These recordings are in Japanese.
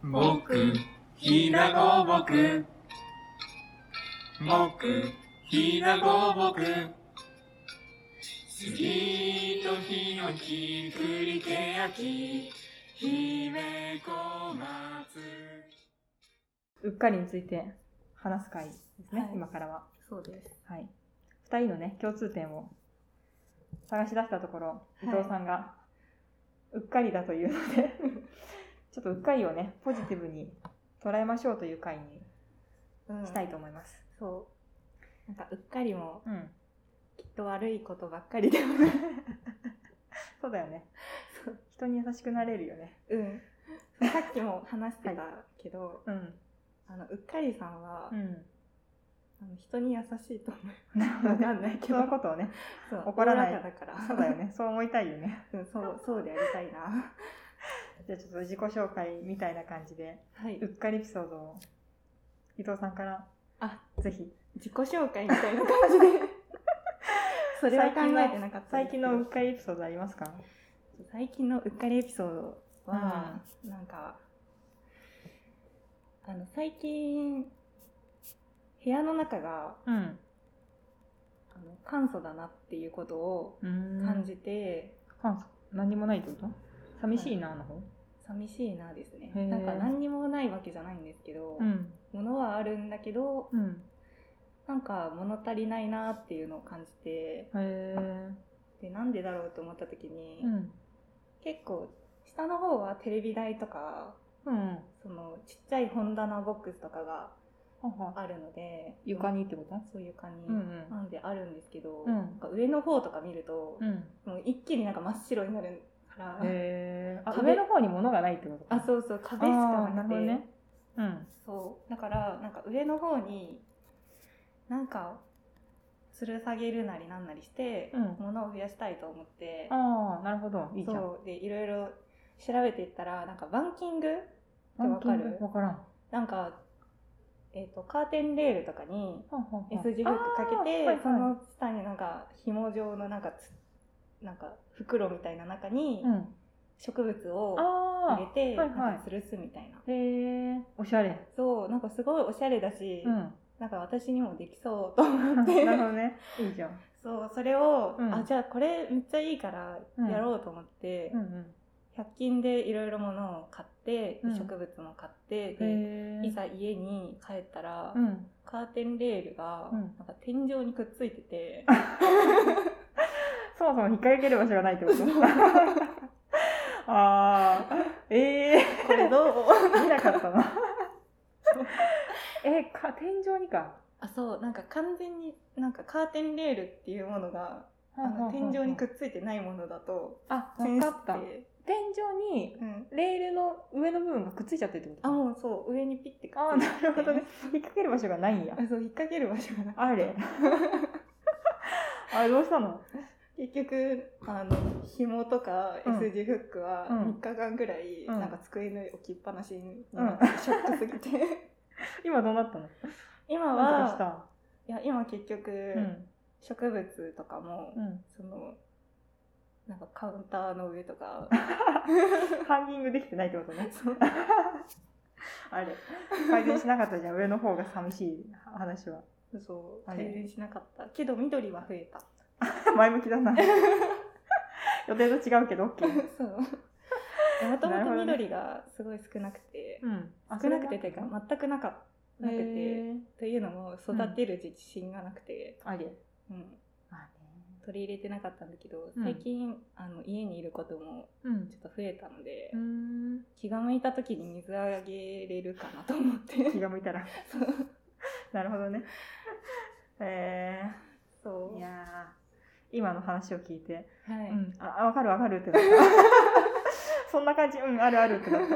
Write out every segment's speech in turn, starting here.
僕、ひなごぼく。僕、ひなごぼく。杉とヒノキ、栗けやき、姫小松。 うっかりについて話す回ですね、 はい、 今からは。 そうです。 はい。2人のね、共通点を探し出したところ、伊藤さんがうっかりだというので、ちょっとうっかりをね、ポジティブに捉えましょうという回にしたいと思います。 そう。なんかうっかりも、 うん。 きっと悪いことばっかりでもない。 そうだよね。人に優しくなれるよね。 うん。さっきも話してたけど、 はい、 うっかりさんは、人に優しいと思う。 なるほど、 わかんないけど。 そのことをね、 そう怒らない。 だから。 そうだよね。そう思いたいよね。 そうでありたいな。 じゃあちょっと自己紹介みたいな感じで、 はい、 うっかりエピソードを伊藤さんからぜひ。 自己紹介みたいな感じでそれは考えてなかった。 最近のうっかりエピソードありますか？ 最近のうっかりエピソードは、なんか最近部屋の中が、簡素だなっていうことを感じて。 簡素？何にもないってこと？寂しいなの方？ 寂しいなですね。なんか何にもないわけじゃないんですけど、物はあるんだけど、なんか物足りないなっていうのを感じて、でなんでだろうと思った時に、結構下の方はテレビ台とか、そのちっちゃい本棚ボックスとかがあるので、 床にってこと？ そういう床に、なんであるんですけど、なんか上の方とか見ると、もう一気になんか真っ白になるから、 上の方に物がないってことか？ そう壁しかなくて、 ね、 そうだからなんか上の方になんか吊る下げるなりなんなりして、物を増やしたいと思って。 なるほど、いいじゃん。 そうでいろいろ調べていったら、なんかバンキングってわかる？ わからん。 なんかカーテンレールとかに S 字フックかけて、その下になんか紐状のなんか袋みたいな中に植物を入れてなんか吊るすみたいな。 おしゃれ。 そう、なんかすごいおしゃれだし、なんか私にもできそうと思って。 なるほどね、いいじゃん。 そう、それを、じゃあこれめっちゃいいからやろうと思って、100均でいろいろものを買って、植物も買って、でいざ家に帰ったら、カーテンレールがなんか天井にくっついてて、 そもそも引っ掛ける場所がないってこと？これどう？ 見なかったな。天井にか。 そう、なんか完全になんかカーテンレールっていうものが天井にくっついてないものだと分かった。天井にレールの上の部分がくっついちゃってるってこと？ もうそう、上にピッてくっついて。 なるほどね。引っ掛ける場所がないんや。 そう、引っ掛ける場所がない。 あれどうしたの？ 結局紐とか S 字フックは3日間ぐらいなんか机の置きっぱなしになってショックすぎて。 今どうなったの？ 今は、今結局、植物とかも、そのなんかカウンターの上とかハンギングできてないってことね。あれ改善しなかったじゃん、上の方が寂しい話は。 そう、改善しなかったけど緑は増えた。 前向きだな。予定と違うけど OK。 そうもともと緑がすごい少なくて、少なくてっていうか全くなくて、というのも育てる自信がなくて、取り入れてなかったんだけど、最近家にいることもちょっと増えたので、気が向いた時に水あげれるかなと思って。 気が向いたら。なるほどね。 そう。 いや今の話を聞いて、 わかるってなった。そんな感じ、あるってなった。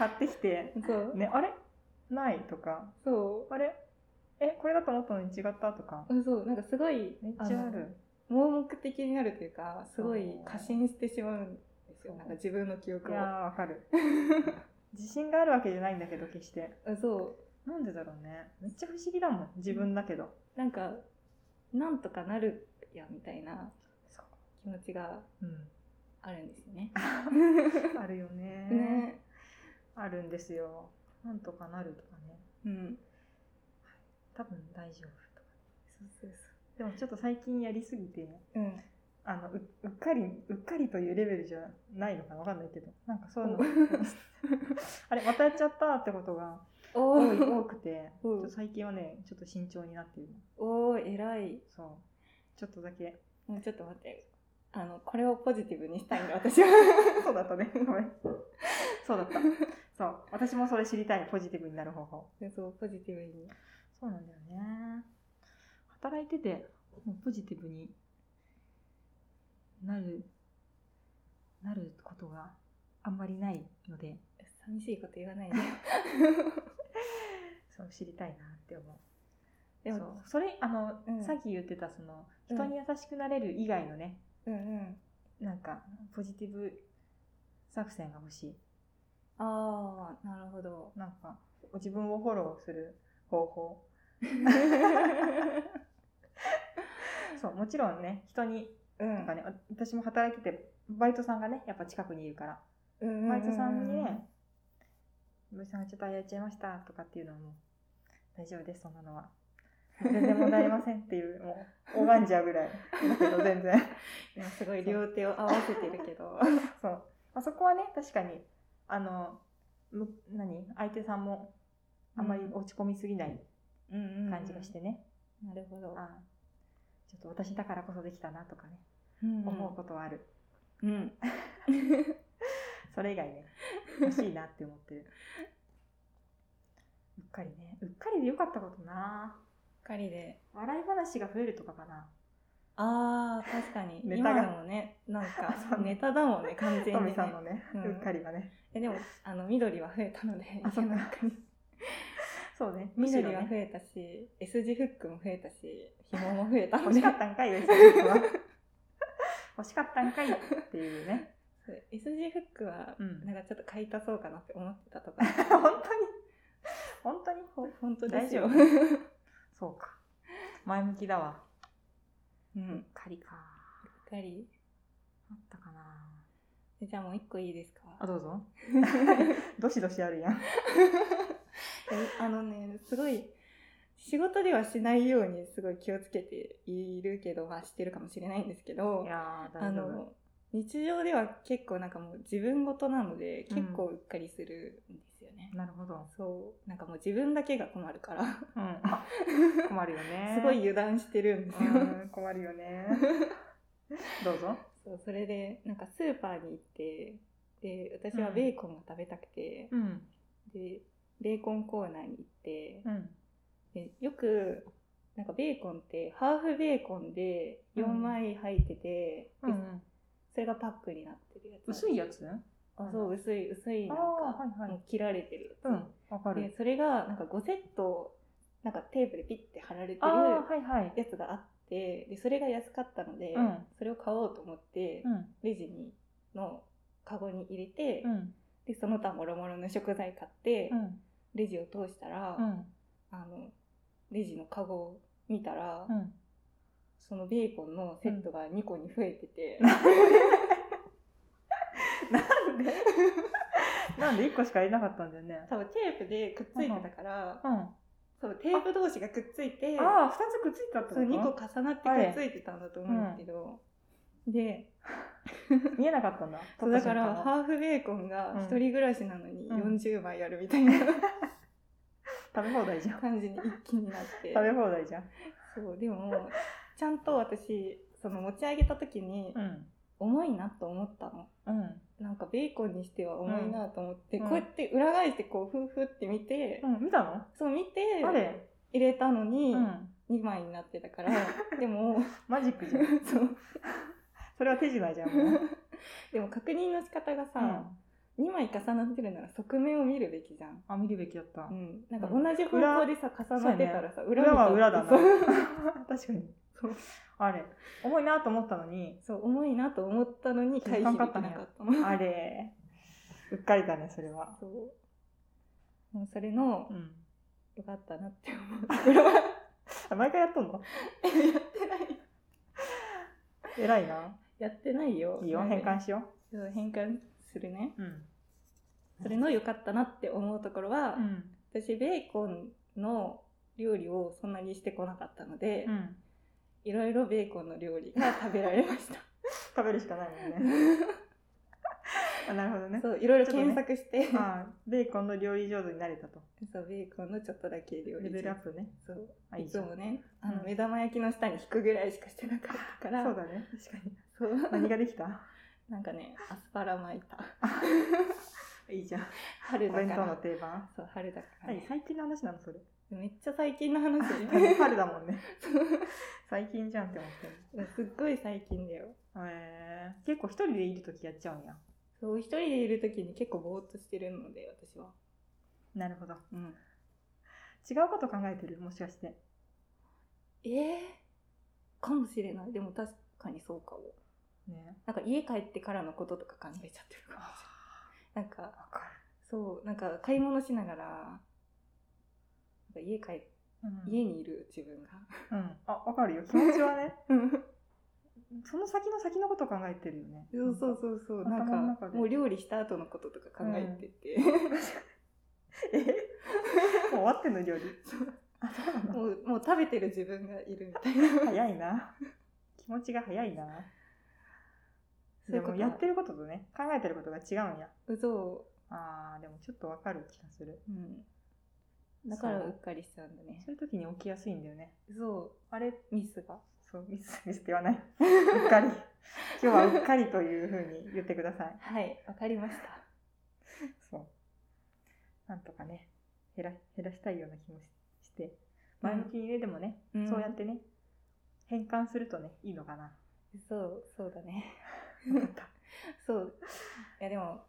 買ってきて、ね、あれないとか、あれこれだと思ったのに違ったとか、 そう、なんかすごいめっちゃある。 盲目的になるというか、すごい過信してしまうんですよ。なんか自分の記憶を。 わかる。自信があるわけじゃないんだけど、決して。 そう。 なんでだろうね。めっちゃ不思議だもん、自分だけど。 なんかなんとかなるやみたいな気持ちがあるんですよね。 あるよね。 あるんですよ。なんとかなるとかね。 うん。 多分大丈夫とか。 そう。 でもちょっと最近やりすぎて、 うん。 うっかりというレベルじゃないのかな、わかんないけど、なんかそういうのあれまたやっちゃったってことが多くて、ちょっと最近はねちょっと慎重になっている。 おー、偉い。 そう、ちょっとだけ。 もうちょっと待って、これをポジティブにしたいんだ私は。 そうだったね、ごめん。そうだった。そう、私もそれ知りたい、ポジティブになる方法。 そう、ポジティブに。 そうなんだよね。働いててポジティブになることがあんまりないので、 寂しいこと言わないで。 そう知りたいなって思う。 でもそうそれさっき言ってたその人に優しくなれる以外のね、なんかポジティブ作戦が欲しい。 ああ、なるほど。 なんか自分をフォローする方法。そう、もちろんね、人にとかね、私も働いててバイトさんがねやっぱ近くにいるから、バイトさんにね、バイトさんがちょっとやっちゃいましたとかっていうのはもう大丈夫です、そんなのは全然問題ありませんっていうもう拝んじゃうぐらいだけど全然今すごい両手を合わせてるけどそう、そこはね確かに相手さんもあんまり落ち込みすぎない感じがしてね、 なるほど。 ちょっと私だからこそできたなとかね、思うことはある。それ以外ね欲しいなって思ってる。うっかりでよかったことな。 うっかりで笑い話が増えるとかかな。 あー、確かにネタが今でもね、なんかネタだもんね完全にね。 トミさんのね、うっかりがね。 でも緑は増えたので、 そうね、 緑は増えたし、S 字フックも増えたし、紐も増えたので。 欲しかったんかい S 字フックは。欲しかったんかいっていうね。 S 字フックはなんかちょっと買い足そうかなって思ってたとか。本当ですよ。 そうか。前向きだわ。 うっかりか。 うっかり。 あったかな。 じゃあもう一個いいですか？ どうぞ。どしどしあるやん。 すごい仕事ではしないようにすごい気をつけているけど、してるかもしれないんですけど、日常では結構なんかもう自分ごとなので結構うっかりするんですよね。 なるほど。 そうなんかもう自分だけが困るから、 困るよね。 すごい油断してるんですよ。 困るよね。どうぞ。 それでなんかスーパーに行って、で私はベーコンが食べたくて、でベーコンコーナーに行って、でよくなんかベーコンってハーフベーコンで4枚入ってて、それがパックになってるやつ。 薄いやつ？ そう、薄いなんかもう切られてるやつ。 わかる。 でそれがなんか5セットなんかテープでピッて貼られてるやつがあって、でそれが安かったので、それを買おうと思って、レジのカゴに入れて、でその他もろもろの食材買って、レジを通したら、レジのカゴを見たら、そのベーコンのセットが2個に増えてて、 なんで1個しか入れなかったんだよね。 多分テープでくっついてたから、そうテープ同士がくっついて、 2つくっついたってこと？ そう2個重なってくっついてたんだと思うんですけど、で見えなかったんだ。 そうだからハーフベーコンが一人暮らしなのに40枚あるみたいな、 食べ放題じゃん感じに一気になって。 食べ放題じゃん。 そうでもちゃんと私その持ち上げた時に重いなと思ったの、なんかベーコンにしては重いなと思って、こうやって裏返してこうフーフーって見て、 見たの？ そう見て入れたのに2枚になってたから、でもマジックじゃん。そうそれは手品じゃんもう。 でも確認の仕方がさ、2枚重なってるなら側面を見るべきじゃん。 見るべきだった。 なんか同じ方向でさ重なってたらさ、 裏は裏だな。確かに。そうあれ重いなと思ったのに、 重いなと思ったのに回避できなかったの。 あれうっかりだねそれは。 もうそれの、よかったなって思う。 毎回やっとんの？ やってない。 偉いな。 やってないよ。 いいよ、変換しよう。変換するね。 それの良かったなって思うところは、私ベーコンの料理をそんなにしてこなかったので、いろいろベーコンの料理が食べられました。 食べるしかないもんね。なるほどね。 そう、いろいろ検索して、 ベーコンの料理上手になれたと。 そう、ベーコンのちょっとだけ料理レベルアップね。 そう、いつもね、目玉焼きの下に引くぐらいしかしてなかったから。 そうだね、確かに。 そう。 何ができた？ なんかね、アスパラ巻いた。 いいじゃん。 春だから。 お弁当の定番。 そう、春だから、 ね。最近の話なのそれ？ めっちゃ最近の話。 春だもんね。最近じゃんって思ってる。すっごい最近だよ。 結構一人でいるときやっちゃうんや。 そう、一人でいるときに結構ぼーっとしてるので、私は。 なるほど。違うこと考えてる？もしかして。 かもしれない。でも確かにそうかも。ね。なんか家帰ってからのこととか考えちゃってるかもしれない。なんか、そう、なんか買い物しながら、家にいる自分が。 わかるよ。気持ちはね。その先のこと考えてるよね。 そう。なんか、もう料理した後のこととか考えてて。 もう終わってんの料理。 もう食べてる自分がいるみたいな。 早いな。気持ちが早いな。でもやってることとね、考えてることが違うんや。 そう。 でもちょっとわかる気がする。 だからうっかりしちゃうんだね。 そういう時に起きやすいんだよね。 そう。ミスが。 そう、ミスって言わない。うっかり。今日はうっかりという風に言ってください。 はい、わかりました。 そう。なんとかね、減らしたいような気もして、前向きにね、でもね、そうやってね、変換するとね、いいのかな。 そうだね。そう。いやでも、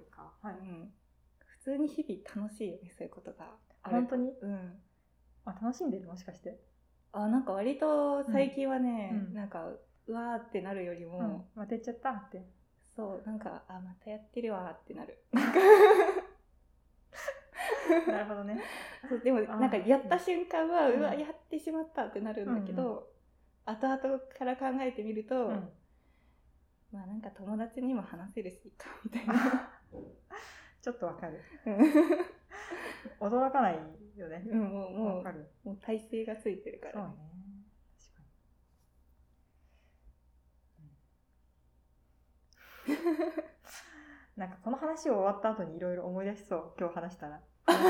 普通に日々楽しいよね、そういうことが。 本当に？楽しんでる？もしかして。 なんか割と最近はね、なんかうわーってなるよりも、 またやっちゃったって。 そう、なんかまたやってるわーってなる。 なるほどね。 でもなんかやった瞬間はうわやってしまったってなるんだけど、後々から考えてみると、まあなんか友達にも話せるしいいかみたいな。 ちょっとわかる。驚かないよね。 もう体勢がついてるからね。 そうね。確かに。なんかこの話を終わった後にいろいろ思い出しそう。今日話したら。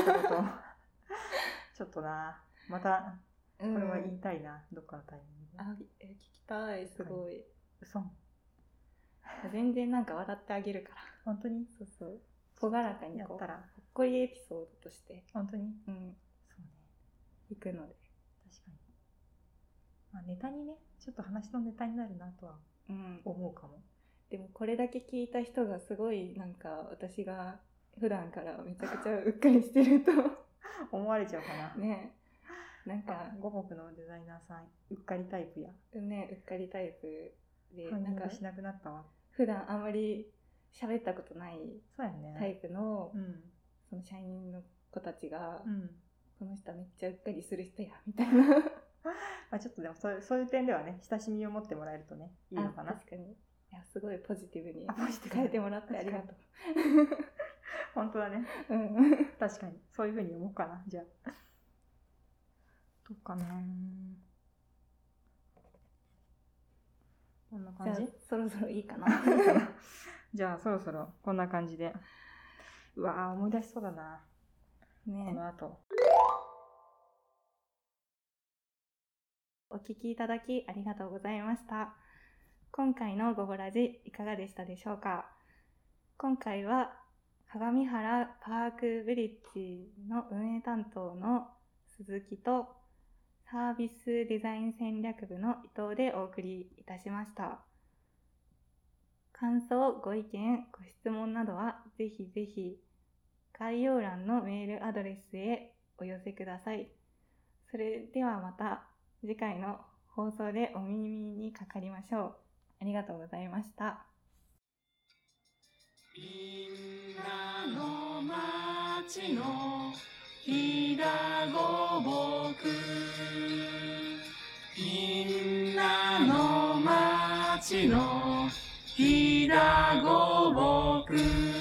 ちょっとな。またこれは言いたいな。どっかのタイミングで。聞きたい。すごい。 嘘。 全然なんか笑ってあげるから。 本当に？ そう。朗らかにやったらほっこりエピソードとして本当にそうね行くので確かにネタにねちょっと話のネタになるなとは思うかも、 でもこれだけ聞いた人がすごいなんか私が普段からめちゃくちゃうっかりしてると思われちゃうかなね。なんか五目のデザイナーさんうっかりタイプやね。うっかりタイプでなんかしなくなったわ。 普段あんまり喋ったことないタイプの、その社員の子たちが、この人めっちゃうっかりする人やみたいなまあちょっとでもそういう点ではね親しみを持ってもらえるとねいいのかな。 確かに。いやすごいポジティブに変えてもらってありがとう。 本当だね。確かにそういう風に思うかな。じゃあどうかな。こんな感じ。 じゃあそろそろいいかな。 じゃあそろそろこんな感じで。うわー思い出しそうだな。ね、この後。 お聞きいただきありがとうございました。今回のごぼラジいかがでしたでしょうか。今回は鏡原パークブリッジの運営担当の鈴木とサービスデザイン戦略部の伊藤でお送りいたしました。感想、ご意見、ご質問などはぜひぜひ概要欄のメールアドレスへお寄せください。それではまた次回の放送でお耳にかかりましょう。ありがとうございました。 みんなの町のひだごぼく、みんなの町のひだごぼく。